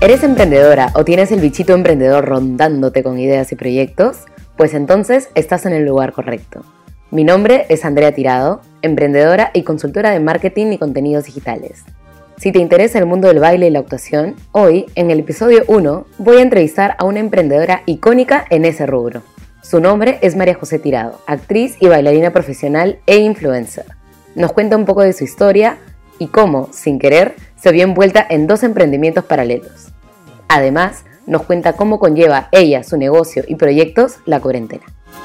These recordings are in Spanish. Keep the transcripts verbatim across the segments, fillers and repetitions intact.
¿Eres emprendedora o tienes el bichito emprendedor rondándote con ideas y proyectos? Pues entonces estás en el lugar correcto. Mi nombre es Andrea Tirado, emprendedora y consultora de marketing y contenidos digitales. Si te interesa el mundo del baile y la actuación, hoy, en el episodio uno, voy a entrevistar a una emprendedora icónica en ese rubro. Su nombre es María José Tirado, actriz y bailarina profesional e influencer. Nos cuenta un poco de su historia y cómo, sin querer, se vio envuelta en dos emprendimientos paralelos. Además, nos cuenta cómo conlleva ella, su negocio y proyectos la cuarentena.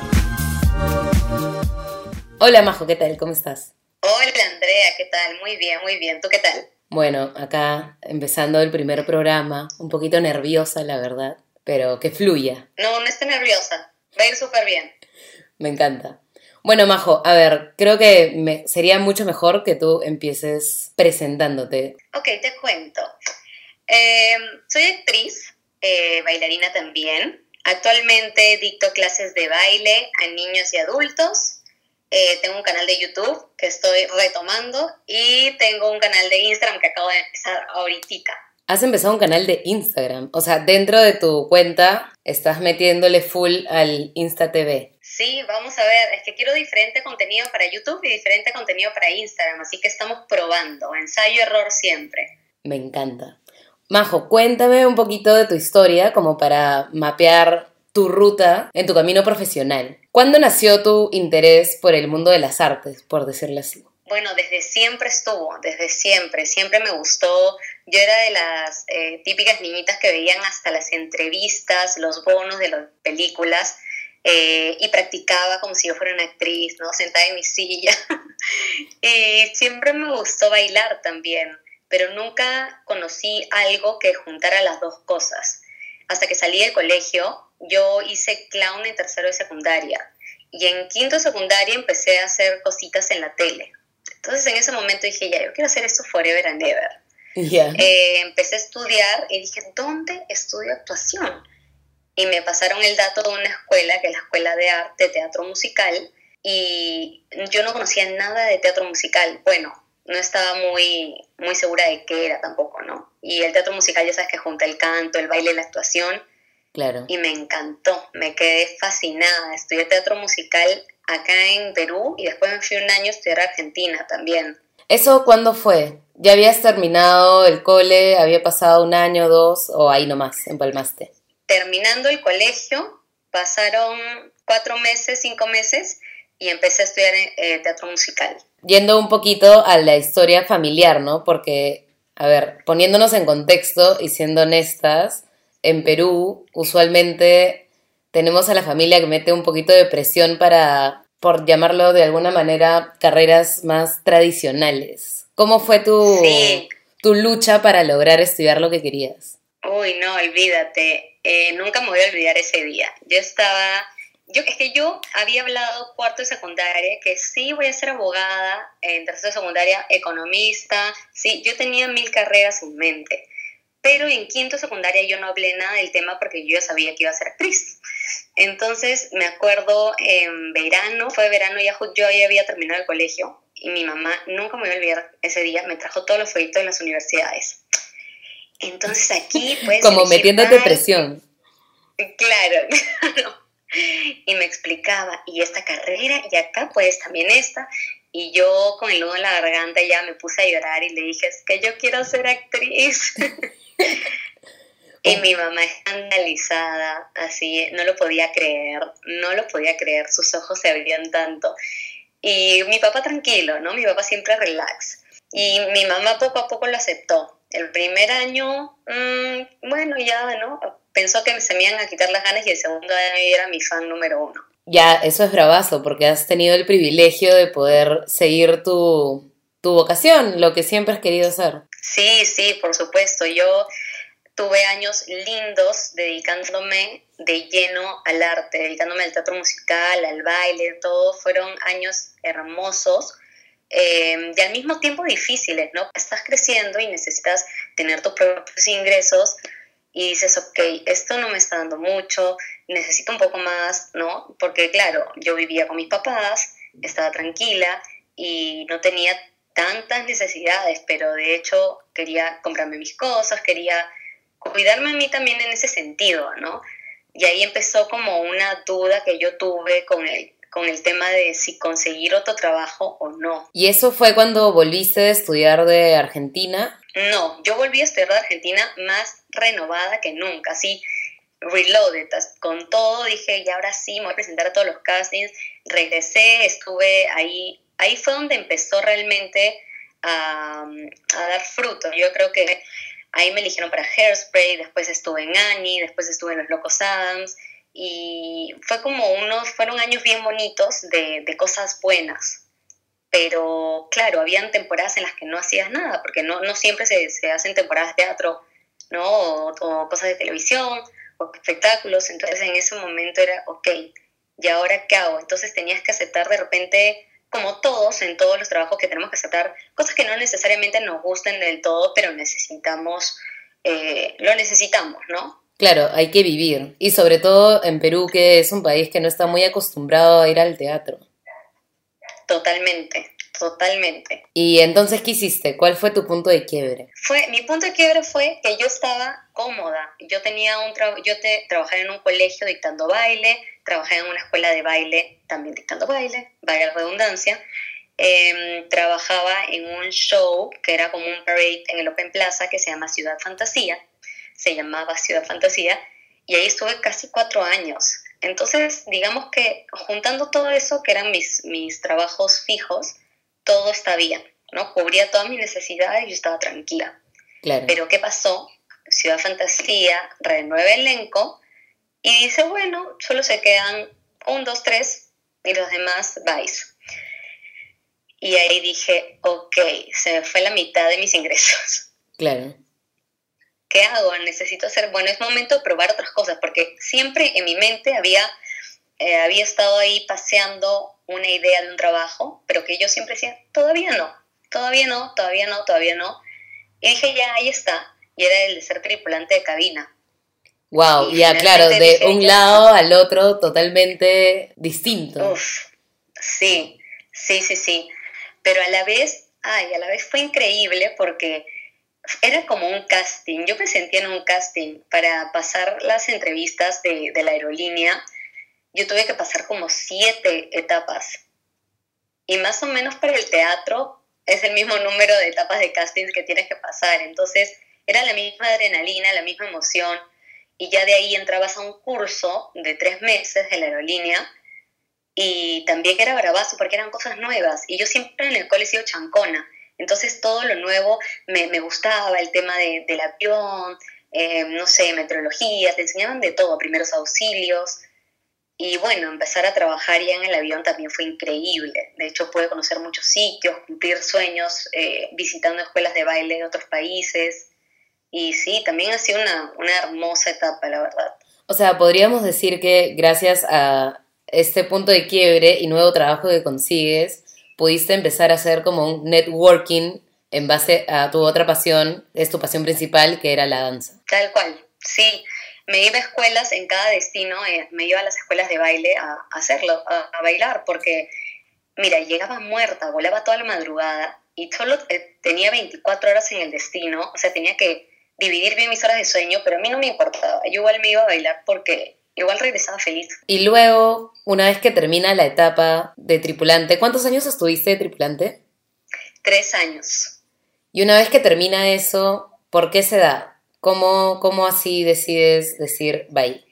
Hola Majo, ¿qué tal? ¿Cómo estás? Hola Andrea, ¿qué tal? Muy bien, muy bien. ¿Tú qué tal? Bueno, acá empezando el primer programa, un poquito nerviosa la verdad, pero que fluya. No, no estoy nerviosa. Va a ir súper bien. Me encanta. Bueno, Majo, a ver, creo que me, sería mucho mejor que tú empieces presentándote. Ok, te cuento. Eh, soy actriz, eh, bailarina también. Actualmente dicto clases de baile a niños y adultos. Eh, tengo un canal de YouTube que estoy retomando y tengo un canal de Instagram que acabo de empezar ahorita. Has empezado un canal de Instagram, o sea, dentro de tu cuenta estás metiéndole full al Insta T V. Sí, vamos a ver, es que quiero diferente contenido para YouTube y diferente contenido para Instagram, así que estamos probando, ensayo-error siempre. Me encanta. Majo, cuéntame un poquito de tu historia como para mapear tu ruta en tu camino profesional. ¿Cuándo nació tu interés por el mundo de las artes, por decirlo así? Bueno, desde siempre estuvo, desde siempre, siempre me gustó. Yo era de las eh, típicas niñitas que veían hasta las entrevistas, los bonos de las películas, eh, y practicaba como si yo fuera una actriz, ¿no? Sentada en mi silla. Y siempre me gustó bailar también, pero nunca conocí algo que juntara las dos cosas. Hasta que salí del colegio, yo hice clown en tercero de secundaria, y en quinto de secundaria empecé a hacer cositas en la tele. Entonces en ese momento dije, ya, yo quiero hacer esto forever and ever. Yeah. Eh, empecé a estudiar y dije, ¿dónde estudio actuación? Y me pasaron el dato de una escuela, que es la Escuela de Arte, Teatro Musical, y yo no conocía nada de teatro musical. Bueno, no estaba muy, muy segura de qué era tampoco, ¿no? Y el teatro musical ya sabes que junta el canto, el baile y la actuación. Claro. Y me encantó, me quedé fascinada. Estudié teatro musical acá en Perú y después me fui un año a estudiar a Argentina también. ¿Eso cuándo fue? ¿Ya habías terminado el cole? ¿Había pasado un año, dos? ¿O ahí nomás empalmaste? Terminando el colegio, pasaron cuatro meses, cinco meses y empecé a estudiar eh, teatro musical. Yendo un poquito a la historia familiar, ¿no? Porque, a ver, poniéndonos en contexto y siendo honestas, en Perú usualmente tenemos a la familia que mete un poquito de presión para, por llamarlo de alguna manera, carreras más tradicionales. ¿Cómo fue tu, sí. tu lucha para lograr estudiar lo que querías? Uy, no, olvídate. Eh, nunca me voy a olvidar ese día. Yo estaba... Yo, es que yo había hablado cuarto de secundaria que sí voy a ser abogada, en tercero de secundaria economista, sí, yo tenía mil carreras en mente. Pero en quinto de secundaria yo no hablé nada del tema porque yo ya sabía que iba a ser actriz. Entonces me acuerdo en verano, fue verano, ya yo ya había terminado el colegio y mi mamá, nunca me voy a olvidar ese día, me trajo todos los folletos de las universidades. Entonces aquí pues... Como metiéndote presión. Claro, claro. Y me explicaba, y esta carrera, y acá pues también esta. Y yo con el nudo en la garganta ya me puse a llorar y le dije, es que yo quiero ser actriz. Y mi mamá escandalizada, así, no lo podía creer, no lo podía creer, sus ojos se abrían tanto. Y mi papá tranquilo, ¿no? Mi papá siempre relax. Y mi mamá poco a poco lo aceptó. El primer año, mmm, bueno, ya, ¿no? Pensó que se me iban a quitar las ganas y el segundo año era mi fan número uno. Ya, eso es bravazo, porque has tenido el privilegio de poder seguir tu, tu vocación, lo que siempre has querido hacer. Sí, sí, por supuesto. Yo tuve años lindos dedicándome de lleno al arte, dedicándome al teatro musical, al baile, todo. Fueron años hermosos. Eh, y al mismo tiempo difíciles, ¿no? Estás creciendo y necesitas tener tus propios ingresos y dices, ok, esto no me está dando mucho, necesito un poco más, ¿no? Porque claro, yo vivía con mis papás, estaba tranquila y no tenía tantas necesidades, pero de hecho quería comprarme mis cosas, quería cuidarme a mí también en ese sentido, ¿no? Y ahí empezó como una duda que yo tuve con el, con el tema de si conseguir otro trabajo o no. ¿Y eso fue cuando volviste a estudiar de Argentina? No, yo volví a estudiar de Argentina más renovada que nunca, así reloaded, con todo, dije, y ahora sí, me voy a presentar a todos los castings, regresé, estuve ahí, ahí fue donde empezó realmente a, a dar fruto. Yo creo que ahí me eligieron para Hairspray, después estuve en Annie, después estuve en Los Locos Adams, y fue como unos, fueron años bien bonitos de, de cosas buenas. Pero claro, habían temporadas en las que no hacías nada, porque no, no siempre se, se hacen temporadas de teatro, ¿no? O, o cosas de televisión, o espectáculos. Entonces en ese momento era, ok, ¿y ahora qué hago? Entonces tenías que aceptar de repente, como todos, en todos los trabajos que tenemos que aceptar, cosas que no necesariamente nos gusten del todo, pero necesitamos, eh, lo necesitamos, ¿no? Claro, hay que vivir. Y sobre todo en Perú, que es un país que no está muy acostumbrado a ir al teatro. Totalmente, totalmente. ¿Y entonces qué hiciste? ¿Cuál fue tu punto de quiebre? Fue, mi punto de quiebre fue que yo estaba cómoda. Yo tenía un tra- yo te, trabajaba en un colegio dictando baile, trabajaba en una escuela de baile también dictando baile, vaya la redundancia. Eh, trabajaba en un show que era como un parade en el Open Plaza que se llama Ciudad Fantasía, se llamaba Ciudad Fantasía, y ahí estuve casi cuatro años. Entonces, digamos que juntando todo eso, que eran mis, mis trabajos fijos, todo está bien, ¿no? Cubría todas mis necesidades y yo estaba tranquila. Claro. Pero ¿qué pasó? Ciudad Fantasía renueva elenco y dice, bueno, solo se quedan un, dos, tres y los demás vais. Y ahí dije, ok, se me fue la mitad de mis ingresos. Claro. ¿Qué hago? Necesito hacer, bueno, es momento de probar otras cosas, porque siempre en mi mente había, eh, había estado ahí paseando una idea de un trabajo, pero que yo siempre decía, todavía no, todavía no, todavía no, todavía no. Y dije, ya, ahí está. Y era el de ser tripulante de cabina. Wow, y ya, claro, de dije, un ya lado al otro totalmente distinto. Uf, sí, sí, sí, sí. Pero a la vez, ay, a la vez fue increíble porque era como un casting. Yo me sentía en un casting para pasar las entrevistas de, de la aerolínea. Yo tuve que pasar como siete etapas. Y más o menos para el teatro es el mismo número de etapas de castings que tienes que pasar. Entonces era la misma adrenalina, la misma emoción. Y ya de ahí entrabas a un curso de tres meses de la aerolínea. Y también era bravazo porque eran cosas nuevas. Y yo siempre en el cole he sido chancona. Entonces todo lo nuevo me, me gustaba, el tema de, del avión, eh, no sé, meteorología, te enseñaban de todo, primeros auxilios. Y bueno, empezar a trabajar ya en el avión también fue increíble. De hecho, pude conocer muchos sitios, cumplir sueños, eh, visitando escuelas de baile de otros países. Y sí, también ha sido una, una hermosa etapa, la verdad. O sea, podríamos decir que gracias a este punto de quiebre y nuevo trabajo que consigues, pudiste empezar a hacer como un networking en base a tu otra pasión, es tu pasión principal, que era la danza. Tal cual, sí. Me iba a escuelas en cada destino, eh, me iba a las escuelas de baile a, a hacerlo, a, a bailar, porque, mira, llegaba muerta, volaba toda la madrugada y solo eh, tenía veinticuatro horas en el destino, o sea, tenía que dividir bien mis horas de sueño, pero a mí no me importaba, yo igual me iba a bailar porque igual regresaba feliz. Y luego, una vez que termina la etapa de tripulante, ¿cuántos años estuviste de tripulante? Tres años. Y una vez que termina eso, ¿por qué se da? ¿Cómo, cómo así decides decir bye?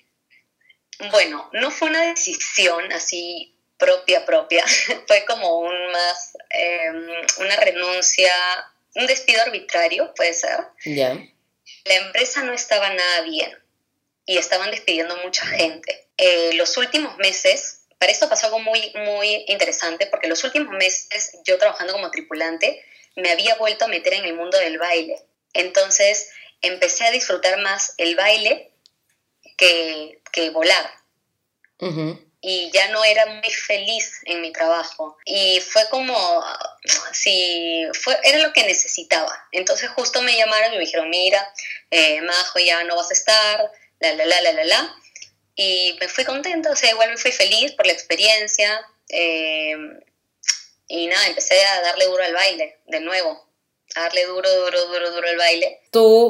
Bueno, no fue una decisión así propia, propia. Fue como un más, eh, una renuncia, un despido arbitrario, puede ser. Ya. La empresa no estaba nada bien y estaban despidiendo mucha gente. Eh, los últimos meses, para esto pasó algo muy, muy interesante, porque los últimos meses yo trabajando como tripulante me había vuelto a meter en el mundo del baile. Entonces empecé a disfrutar más el baile que, que volar. Uh-huh. Y ya no era muy feliz en mi trabajo. Y fue como, si fue, era lo que necesitaba. Entonces justo me llamaron y me dijeron, mira, eh, Majo, ya no vas a estar, la, la, la, la, la, la. Y me fui contenta, o sea, igual me fui feliz por la experiencia. Eh, y nada, empecé a darle duro al baile, de nuevo. A darle duro, duro, duro, duro al baile. Tú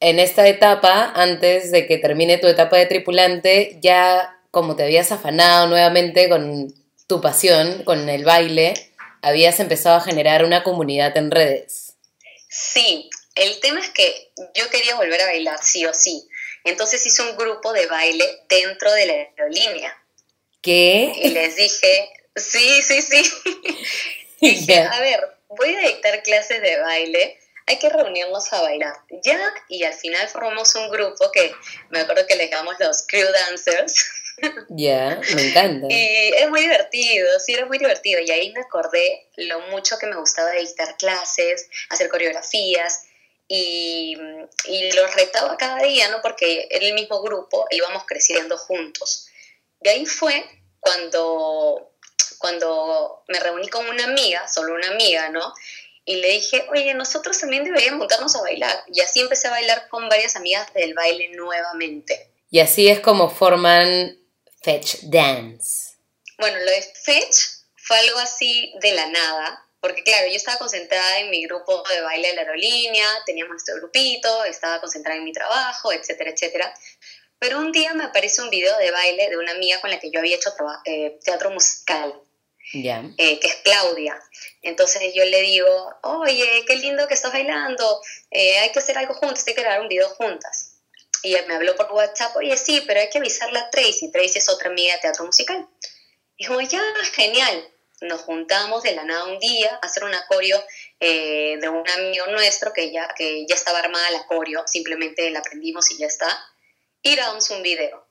en esta etapa, antes de que termine tu etapa de tripulante, ya como te habías afanado nuevamente con tu pasión, con el baile, habías empezado a generar una comunidad en redes. Sí, el tema es que yo quería volver a bailar sí o sí. Entonces hice un grupo de baile dentro de la aerolínea. ¿Qué? Y les dije, sí, sí, sí. Dije, Yeah. a ver, voy a dictar clases de baile, hay que reunirnos a bailar. Ya, y al final formamos un grupo que me acuerdo que le llamamos los crew dancers. Ya, yeah, me encanta. Y es muy divertido, sí, era muy divertido. Y ahí me acordé lo mucho que me gustaba dictar clases, hacer coreografías. Y, y los retaba cada día, ¿no? Porque en el mismo grupo íbamos creciendo juntos. De ahí fue cuando, cuando me reuní con una amiga, solo una amiga, ¿no? Y le dije, oye, nosotros también deberíamos montarnos a bailar. Y así empecé a bailar con varias amigas del baile nuevamente. Y así es como forman Fetch Dance. Bueno, lo de Fetch fue algo así de la nada, porque claro, yo estaba concentrada en mi grupo de baile de la aerolínea, teníamos nuestro grupito, estaba concentrada en mi trabajo, etcétera, etcétera. Pero un día me aparece un video de baile de una amiga con la que yo había hecho eh, teatro musical, yeah. eh, que es Claudia. Entonces yo le digo, oye, qué lindo que estás bailando, eh, hay que hacer algo juntas, hay que grabar un video juntas. Y ella me habló por WhatsApp, oye, sí, pero hay que avisarle a Tracy, Tracy es otra amiga de teatro musical. Y dijo, ya, genial. Nos juntamos de la nada un día a hacer un acorio eh, de un amigo nuestro que ya, que ya estaba armada la acorio, simplemente la aprendimos y ya está. Y grabamos un video.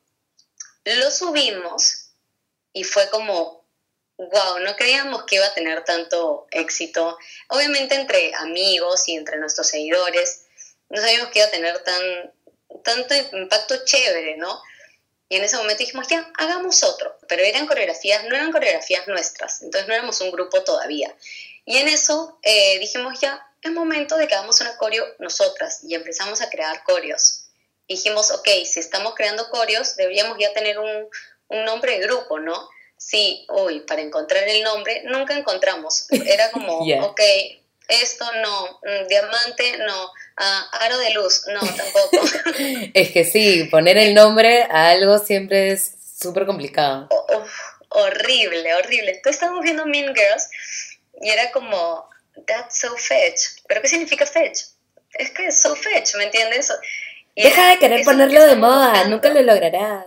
Lo subimos y fue como, wow, no creíamos que iba a tener tanto éxito. Obviamente entre amigos y entre nuestros seguidores, no sabíamos que iba a tener tan, tanto impacto chévere, ¿no? Y en ese momento dijimos, ya, hagamos otro. Pero eran coreografías, no eran coreografías nuestras, entonces no éramos un grupo todavía. Y en eso eh, dijimos, ya, es momento de que hagamos una coreo nosotras. Y empezamos a crear coreos. Dijimos, ok, si estamos creando coreos, deberíamos ya tener un, un nombre de grupo, ¿no? Sí, uy, para encontrar el nombre, nunca encontramos. Era como, yeah. ok, esto no, mm, diamante no, uh, aro de luz, no, tampoco. Es que sí, poner el nombre a algo siempre es súper complicado. Oh, oh, horrible, horrible. Entonces estábamos viendo Mean Girls y era como, that's so fetch. ¿Pero qué significa fetch? Es que es so fetch, ¿me entiendes? Y deja de querer ponerlo de moda, buscando. Nunca lo lograrás.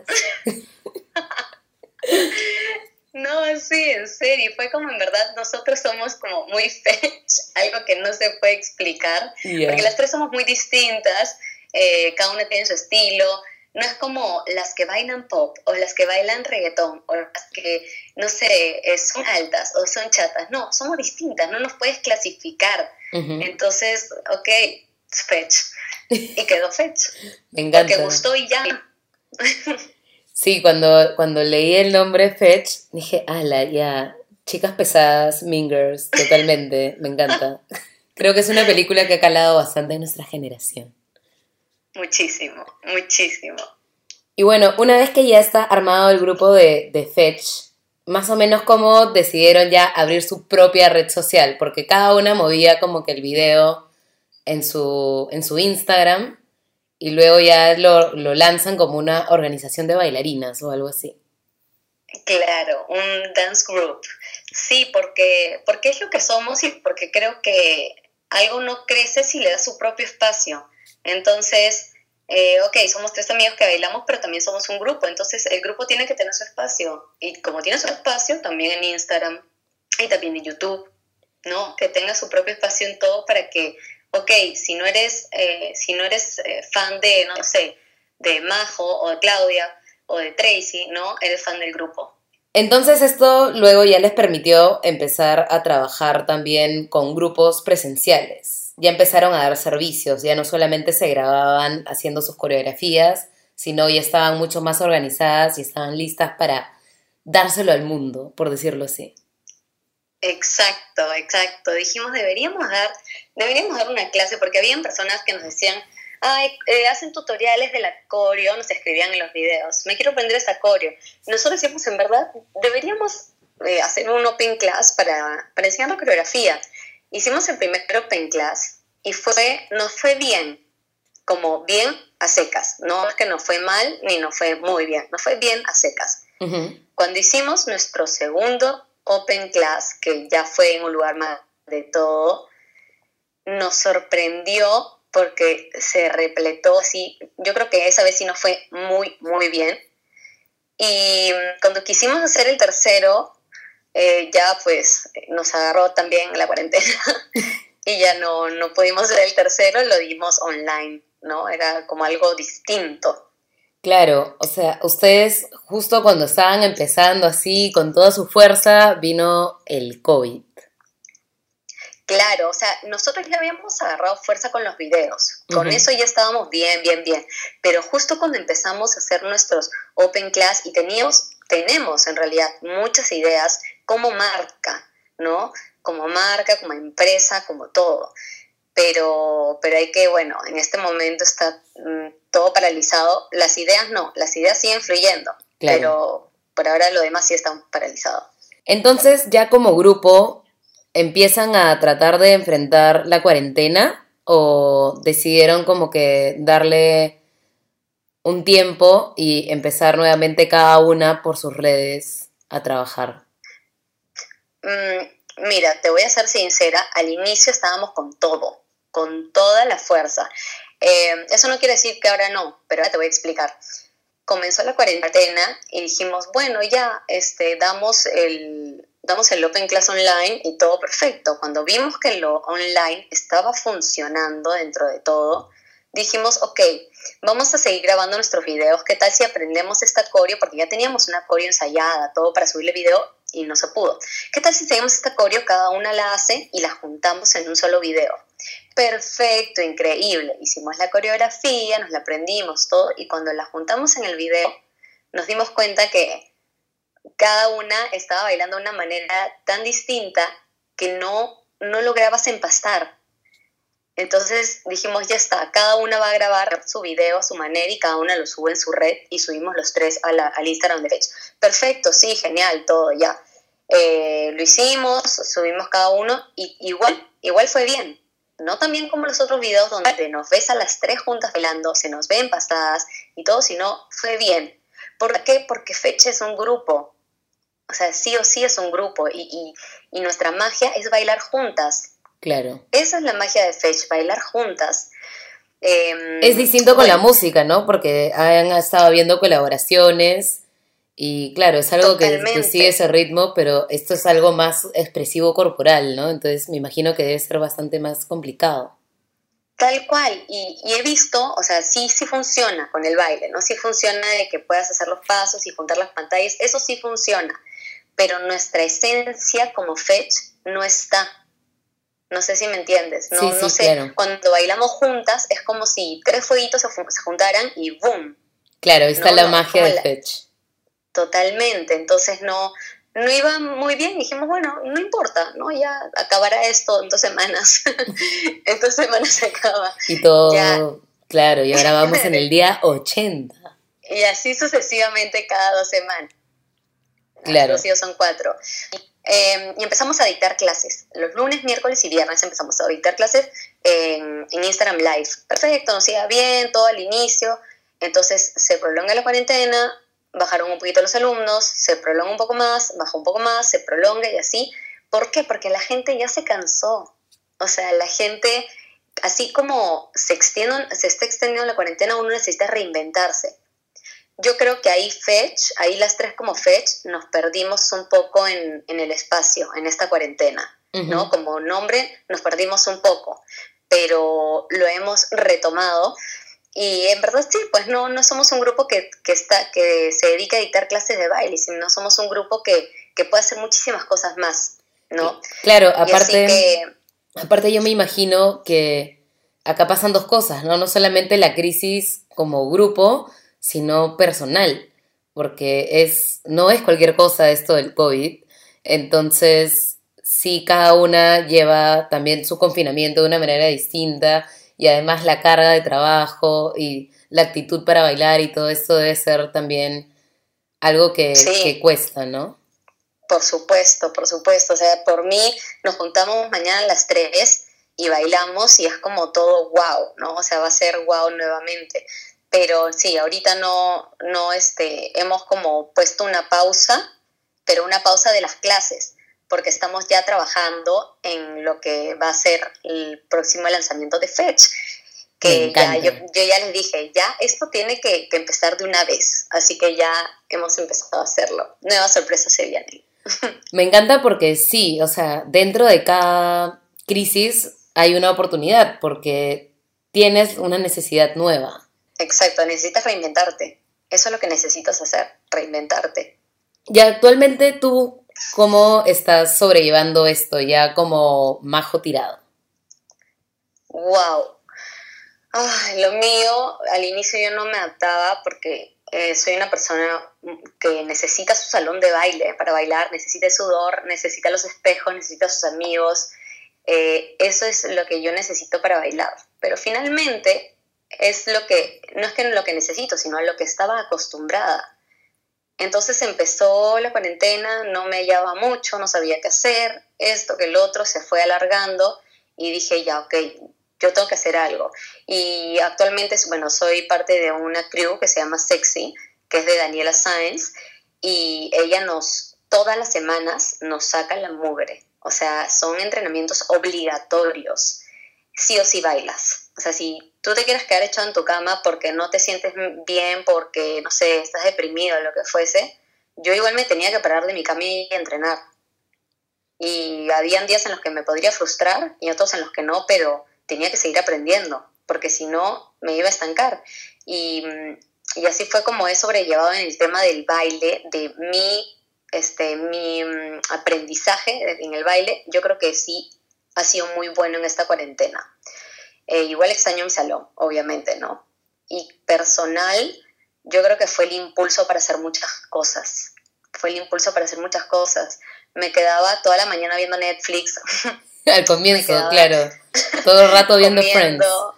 No, sí, en serio, fue como en verdad nosotros somos como muy fetch, algo que no se puede explicar, yeah. porque las tres somos muy distintas, eh, cada una tiene su estilo, no es como las que bailan pop o las que bailan reggaetón o las que, no sé, eh, son altas o son chatas, no, somos distintas, no nos puedes clasificar, uh-huh. Entonces, ok, fetch, y quedó fetch, me encanta. Porque gustó y ya. Sí, cuando, cuando leí el nombre Fetch, dije, ala, ya, chicas pesadas, Mean Girls, totalmente, me encanta. Creo que es una película que ha calado bastante en nuestra generación. Muchísimo, muchísimo. Y bueno, una vez que ya está armado el grupo de, de Fetch, más o menos cómo decidieron ya abrir su propia red social, porque cada una movía como que el video en su, en su Instagram, y luego ya lo, lo lanzan como una organización de bailarinas o algo así. Claro, un dance group. Sí, porque, porque es lo que somos y porque creo que algo no crece si le da su propio espacio. Entonces, eh, ok, somos tres amigos que bailamos, pero también somos un grupo. Entonces, el grupo tiene que tener su espacio. Y como tiene su espacio, también en Instagram y también en YouTube, ¿no? Que tenga su propio espacio en todo para que... Ok, si no eres, eh, si no eres eh, fan de, no sé, de Majo o de Claudia o de Tracy, ¿no? Eres fan del grupo. Entonces esto luego ya les permitió empezar a trabajar también con grupos presenciales. Ya empezaron a dar servicios, ya no solamente se grababan haciendo sus coreografías, sino ya estaban mucho más organizadas y estaban listas para dárselo al mundo, por decirlo así. Exacto, exacto. Dijimos, deberíamos dar, deberíamos dar una clase, porque habían personas que nos decían, ay, eh, hacen tutoriales de la coreo, nos escribían en los videos, me quiero aprender esta coreo. Y nosotros decíamos, en verdad, deberíamos eh, hacer un open class para, para enseñar la coreografía. Hicimos el primer open class y fue, nos fue bien, como bien a secas. No es que nos fue mal ni nos fue muy bien, nos fue bien a secas. Uh-huh. Cuando hicimos nuestro segundo Open Class, que ya fue en un lugar más de todo, nos sorprendió porque se repletó así. Yo creo que esa vez sí nos fue muy, muy bien. Y cuando quisimos hacer el tercero, eh, ya pues nos agarró también la cuarentena y ya no, no pudimos hacer el tercero, lo dimos online, ¿no? Era como algo distinto. Claro, o sea, ustedes justo cuando estaban empezando así, con toda su fuerza, vino el COVID. Claro, o sea, nosotros ya habíamos agarrado fuerza con los videos, con uh-huh. eso ya estábamos bien, bien, bien, pero justo cuando empezamos a hacer nuestros Open Class y teníamos, tenemos en realidad muchas ideas como marca, ¿no? Como marca, como empresa, como todo, pero, pero hay que, bueno, en este momento está mmm, todo paralizado, las ideas no, las ideas siguen fluyendo, claro. Pero por ahora lo demás sí está paralizado. Entonces, ya como grupo, ¿empiezan a tratar de enfrentar la cuarentena o decidieron como que darle un tiempo y empezar nuevamente cada una por sus redes a trabajar? Mm, mira, te voy a ser sincera, al inicio estábamos con todo, con toda la fuerza. Eh, eso no quiere decir que ahora no, pero ahora te voy a explicar. Comenzó la cuarentena y dijimos, bueno, ya este, damos el... damos el Open Class online y todo perfecto. Cuando vimos que lo online estaba funcionando dentro de todo, dijimos, ok, vamos a seguir grabando nuestros videos. ¿Qué tal si aprendemos esta coreo? Porque ya teníamos una coreo ensayada, todo para subirle video y no se pudo. ¿Qué tal si seguimos esta coreo, cada una la hace y la juntamos en un solo video? Perfecto, increíble. Hicimos la coreografía, nos la aprendimos todo y cuando la juntamos en el video nos dimos cuenta que cada una estaba bailando de una manera tan distinta que no, no lograbas empastar. Entonces dijimos, ya está, cada una va a grabar su video a su manera y cada una lo sube en su red y subimos los tres a la, al Instagram de Fetch. Perfecto, sí, genial, todo ya. Eh, lo hicimos, subimos cada uno y igual, igual fue bien. No tan bien como los otros videos donde nos ves a las tres juntas bailando, se nos ven empastadas y todo, sino fue bien. ¿Por qué? Porque Fetch es un grupo. O sea, sí o sí es un grupo y, y, y nuestra magia es bailar juntas. Claro. Esa es la magia de Fetch, bailar juntas. Eh, es distinto con bueno, la música, ¿no? Porque han estado viendo colaboraciones y claro, es algo que, que sigue ese ritmo, pero esto es algo más expresivo corporal, ¿no? Entonces me imagino que debe ser bastante más complicado. Tal cual, y, y he visto, o sea, sí, sí funciona con el baile, ¿no? Sí funciona de que puedas hacer los pasos y juntar las pantallas, eso sí funciona, pero nuestra esencia como Fetch no está. No sé si me entiendes, no, sí, sí, no sé, claro. Cuando bailamos juntas es como si tres fueguitos se, se juntaran y ¡boom! Claro, ahí está no, la no, magia de la... Fetch. Totalmente, entonces no, no iba muy bien, dijimos, bueno, no importa, ¿no? Ya acabará esto en dos semanas, en dos semanas se acaba. Y todo, ya. Claro, y ahora vamos en el día ochenta. Y así sucesivamente cada dos semanas. Claro. Los días son cuatro. Eh, y empezamos a dictar clases. Los lunes, miércoles y viernes empezamos a dictar clases en, en Instagram Live. Perfecto, nos iba bien, todo al inicio. Entonces se prolonga la cuarentena, bajaron un poquito los alumnos, se prolonga un poco más, baja un poco más, se prolonga y así. ¿Por qué? Porque la gente ya se cansó. O sea, la gente, así como se, extiende, se está extendiendo la cuarentena, uno necesita reinventarse. Yo creo que ahí Fetch, ahí las tres como Fetch, nos perdimos un poco en, en el espacio, en esta cuarentena, uh-huh. ¿no? Como nombre nos perdimos un poco, pero lo hemos retomado. Y en verdad sí, pues no, no somos un grupo que, que, está, que se dedica a dictar clases de baile, sino somos un grupo que, que puede hacer muchísimas cosas más, ¿no? Claro, aparte, que... aparte yo me imagino que acá pasan dos cosas, ¿no? No solamente la crisis como grupo, sino personal, porque es no es cualquier cosa esto del COVID, entonces sí cada una lleva también su confinamiento de una manera distinta y además la carga de trabajo y la actitud para bailar y todo esto debe ser también algo que, sí. que cuesta, ¿no? Por supuesto, por supuesto, o sea, por mí nos juntamos mañana a las tres y bailamos y es como todo wow, ¿no? O sea, va a ser wow nuevamente. Pero sí, ahorita no, no este, hemos como puesto una pausa, pero una pausa de las clases, porque estamos ya trabajando en lo que va a ser el próximo lanzamiento de Fetch, que ya yo, yo ya les dije, ya esto tiene que, que empezar de una vez, así que ya hemos empezado a hacerlo. Nuevas sorpresas se vienen. Me encanta porque sí, o sea, dentro de cada crisis hay una oportunidad, porque tienes una necesidad nueva. Exacto, necesitas reinventarte. Eso es lo que necesitas hacer, reinventarte. Y actualmente tú, ¿cómo estás sobrellevando esto ya como Majo Tirado? Wow. Ay, lo mío, al inicio yo no me adaptaba porque eh, soy una persona que necesita su salón de baile para bailar, necesita el sudor, necesita los espejos, necesita sus amigos. Eh, eso es lo que yo necesito para bailar. Pero finalmente es lo que, no es que lo que necesito, sino a lo que estaba acostumbrada. Entonces empezó la cuarentena, no me hallaba mucho, no sabía qué hacer, esto que el otro se fue alargando y dije ya, ok, yo tengo que hacer algo. Y actualmente, bueno, soy parte de una crew que se llama Sexy, que es de Daniela Sáenz, y ella nos, todas las semanas nos saca la mugre. O sea, son entrenamientos obligatorios. Sí o sí bailas. O sea, si tú te quieres quedar echado en tu cama porque no te sientes bien, porque, no sé, estás deprimido o lo que fuese, yo igual me tenía que parar de mi cama y entrenar. Y habían días en los que me podría frustrar y otros en los que no, pero tenía que seguir aprendiendo, porque si no me iba a estancar. Y, y así fue como he sobrellevado en el tema del baile, de mi, este, mi aprendizaje en el baile. Yo creo que sí ha sido muy bueno en esta cuarentena. Eh, igual extraño mi salón, obviamente, ¿no? Y personal, yo creo que fue el impulso para hacer muchas cosas. Fue el impulso para hacer muchas cosas. Me quedaba toda la mañana viendo Netflix. Al comienzo, claro. Todo el rato viendo comiendo,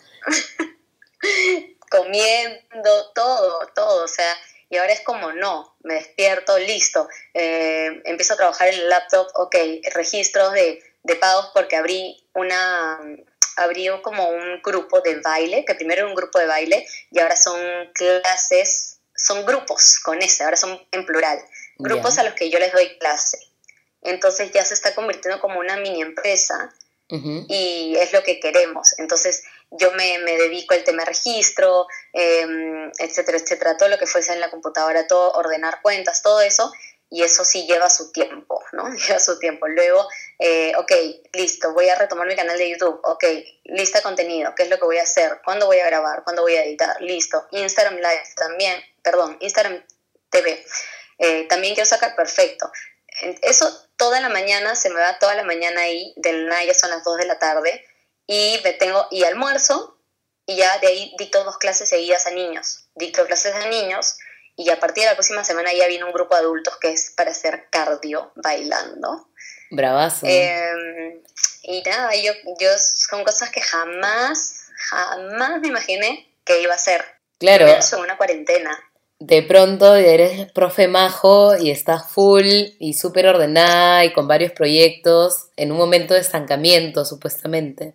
Friends. Comiendo, todo, todo. O sea, y ahora es como no, me despierto, listo. Eh, empiezo a trabajar en el laptop, ok, registros de, de pagos porque abrí una... abrí como un grupo de baile, que primero era un grupo de baile y ahora son clases, son grupos con ese, ahora son en plural. Grupos yeah. a los que yo les doy clase. Entonces ya se está convirtiendo como una mini empresa uh-huh. y es lo que queremos. Entonces yo me, me dedico al tema de registro, eh, etcétera, etcétera, todo lo que fuese en la computadora, todo, ordenar cuentas, todo eso, y eso sí lleva su tiempo, ¿no? Lleva su tiempo. Luego, eh, ok, listo, voy a retomar mi canal de YouTube, ok, lista de contenido, ¿qué es lo que voy a hacer? ¿Cuándo voy a grabar? ¿Cuándo voy a editar? Listo. Instagram Live también, perdón, Instagram T V. Eh, también quiero sacar, perfecto. Eso toda la mañana, se me va toda la mañana ahí, de la nada ya son las dos de la tarde, y me tengo, y almuerzo, y ya de ahí dicto dos clases seguidas a niños, dicto clases a niños, y a partir de la próxima semana ya viene un grupo de adultos que es para hacer cardio bailando. Bravazo. Eh, y nada, yo, yo son cosas que jamás, jamás me imaginé que iba a hacer. Claro. En una cuarentena. De pronto eres profe Majo y estás full y súper ordenada y con varios proyectos en un momento de estancamiento, supuestamente.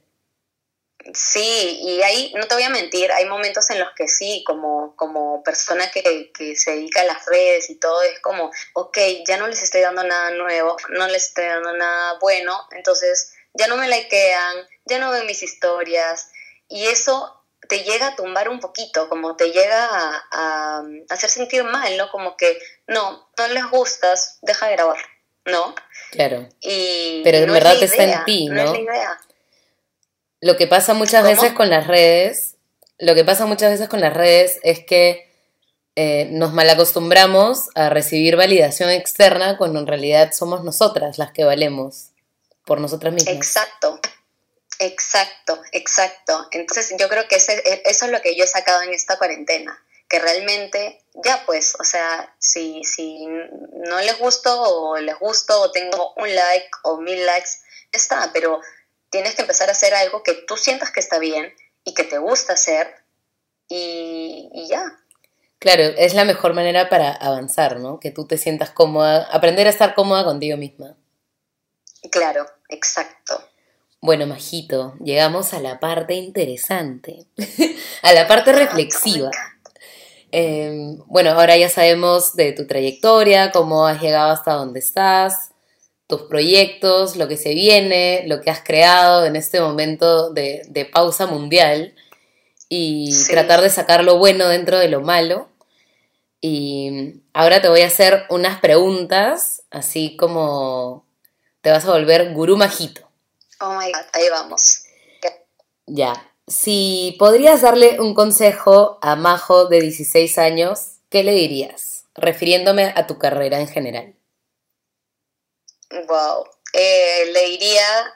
Sí, y ahí, no te voy a mentir, hay momentos en los que sí, como, como persona que, que se dedica a las redes y todo, es como, ok, ya no les estoy dando nada nuevo, no les estoy dando nada bueno, entonces ya no me likean, ya no ven mis historias, y eso te llega a tumbar un poquito, como te llega a, a, a hacer sentir mal, ¿no? Como que, no, no les gustas, deja de grabar, ¿no? Claro, y, pero y en no verdad es la está idea, en ti, ¿no? No es la idea. Lo que pasa muchas ¿Cómo? veces con las redes, lo que pasa muchas veces con las redes es que eh, nos malacostumbramos a recibir validación externa cuando en realidad somos nosotras las que valemos por nosotras mismas. Exacto. Exacto, exacto. Entonces yo creo que ese, eso es lo que yo he sacado en esta cuarentena, que realmente ya pues, o sea, si, si no les gusto o les gusto o tengo un like o mil likes, está, pero tienes que empezar a hacer algo que tú sientas que está bien y que te gusta hacer y, y ya. Claro, es la mejor manera para avanzar, ¿no? Que tú te sientas cómoda, aprender a estar cómoda contigo misma. Claro, exacto. Bueno, Majito, llegamos a la parte interesante, a la parte reflexiva. Eh, bueno, ahora ya sabemos de tu trayectoria, cómo has llegado hasta donde estás, tus proyectos, lo que se viene, lo que has creado en este momento de, de pausa mundial y sí. Tratar de sacar lo bueno dentro de lo malo. Y ahora te voy a hacer unas preguntas, así como te vas a volver gurú Majito. Oh my God, ahí vamos. Ya. Si podrías darle un consejo a Majo de dieciséis años, ¿qué le dirías? Refiriéndome a tu carrera en general. Wow. Eh, le diría,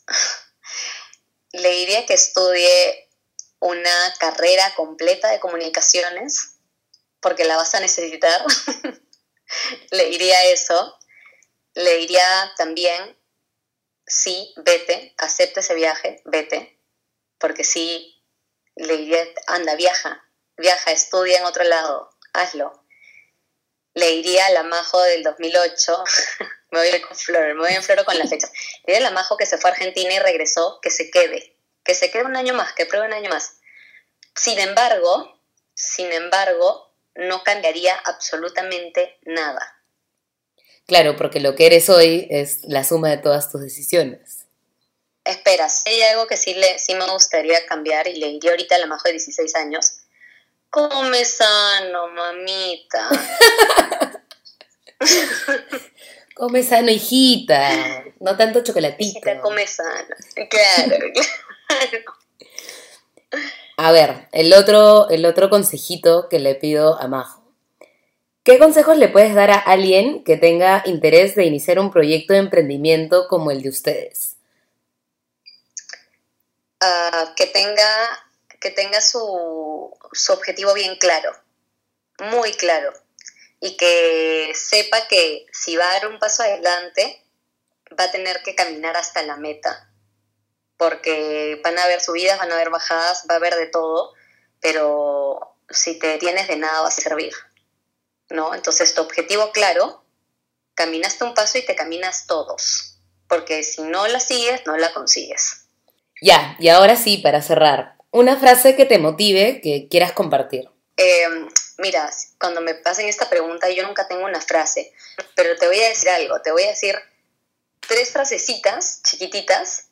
le diría que estudie una carrera completa de comunicaciones, porque la vas a necesitar. Le diría eso. Le diría también, sí, vete, acepta ese viaje, vete, porque sí, le diría, anda, viaja, viaja, estudia en otro lado, hazlo. Le diría a la Majo del dos mil ocho, me voy a ir con flor, me voy en flor con las fechas, le diría a la Majo que se fue a Argentina y regresó, que se quede, que se quede un año más, que pruebe un año más. Sin embargo, sin embargo, no cambiaría absolutamente nada. Claro, porque lo que eres hoy es la suma de todas tus decisiones. Espera, si hay algo que sí, le, sí me gustaría cambiar y le diría ahorita a la Majo de dieciséis años. Come sano, mamita. Come sano, hijita. No tanto chocolatito. Hijita, come sano. Claro, claro. A ver, el otro, el otro consejito que le pido a Majo. ¿Qué consejos le puedes dar a alguien que tenga interés de iniciar un proyecto de emprendimiento como el de ustedes? Uh, que tenga, que tenga su, su objetivo bien claro, muy claro, y que sepa que si va a dar un paso adelante, va a tener que caminar hasta la meta, porque van a haber subidas, van a haber bajadas, va a haber de todo, pero si te detienes de nada va a servir, ¿no? Entonces tu objetivo claro, caminaste un paso y te caminas todos, porque si no la sigues, no la consigues. Ya, y ahora sí, para cerrar, una frase que te motive, que quieras compartir. Eh, mira, cuando me pasen esta pregunta, yo nunca tengo una frase, pero te voy a decir algo, te voy a decir tres frasecitas chiquititas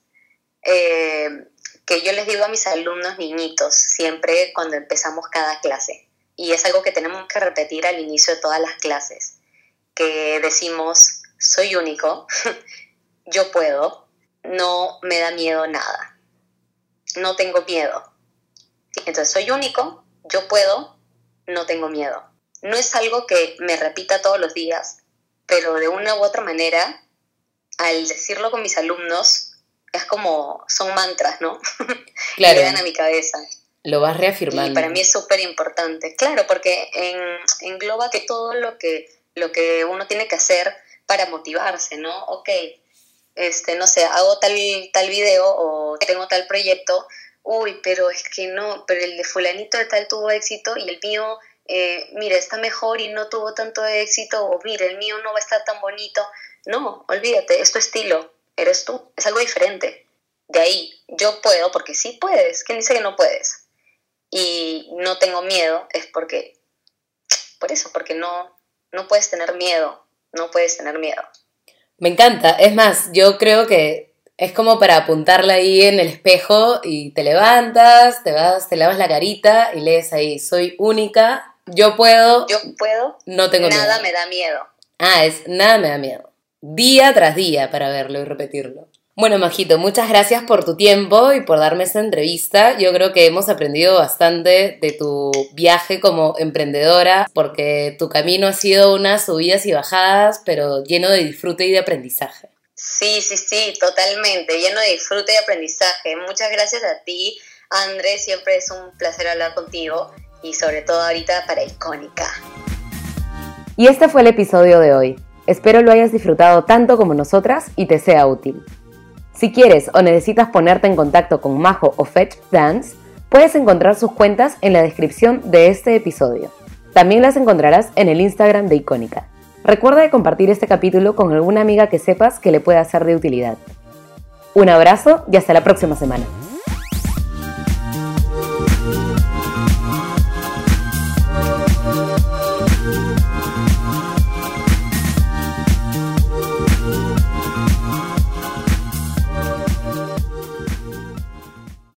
eh, que yo les digo a mis alumnos niñitos siempre cuando empezamos cada clase. Y es algo que tenemos que repetir al inicio de todas las clases, que decimos, soy único, yo puedo, no me da miedo nada. No tengo miedo. Entonces, soy único, yo puedo, no tengo miedo. No es algo que me repita todos los días, pero de una u otra manera, al decirlo con mis alumnos, es como, son mantras, ¿no? Claro. Que llegan a mi cabeza. Lo vas reafirmando. Y para mí es súper importante. Claro, porque en, engloba que todo lo que, lo que uno tiene que hacer para motivarse, ¿no? Ok, Este, no sé, hago tal, tal video o tengo tal proyecto, uy, pero es que no, pero el de fulanito de tal tuvo éxito y el mío, eh, mira, está mejor y no tuvo tanto éxito, o mira, el mío no va a estar tan bonito. No, olvídate, es tu estilo, eres tú, es algo diferente. De ahí, yo puedo, porque sí puedes, ¿quién dice que no puedes? Y no tengo miedo, es porque, por eso, porque no, no puedes tener miedo, no puedes tener miedo. Me encanta, es más, yo creo que es como para apuntarla ahí en el espejo y te levantas, te vas, te lavas la carita y lees ahí, soy única, yo puedo, yo puedo, no tengo nada miedo. me da miedo. Ah, es nada me da miedo. Día tras día para verlo y repetirlo. Bueno, Majito, muchas gracias por tu tiempo y por darme esta entrevista. Yo creo que hemos aprendido bastante de tu viaje como emprendedora, porque tu camino ha sido unas subidas y bajadas, pero lleno de disfrute y de aprendizaje. Sí, sí, sí, totalmente, lleno de disfrute y aprendizaje. Muchas gracias a ti, Andrés, siempre es un placer hablar contigo y sobre todo ahorita para Icónica. Y este fue el episodio de hoy. Espero lo hayas disfrutado tanto como nosotras y te sea útil. Si quieres o necesitas ponerte en contacto con Majo o Fetch Dance, puedes encontrar sus cuentas en la descripción de este episodio. También las encontrarás en el Instagram de Icónica. Recuerda de compartir este capítulo con alguna amiga que sepas que le pueda ser de utilidad. Un abrazo y hasta la próxima semana.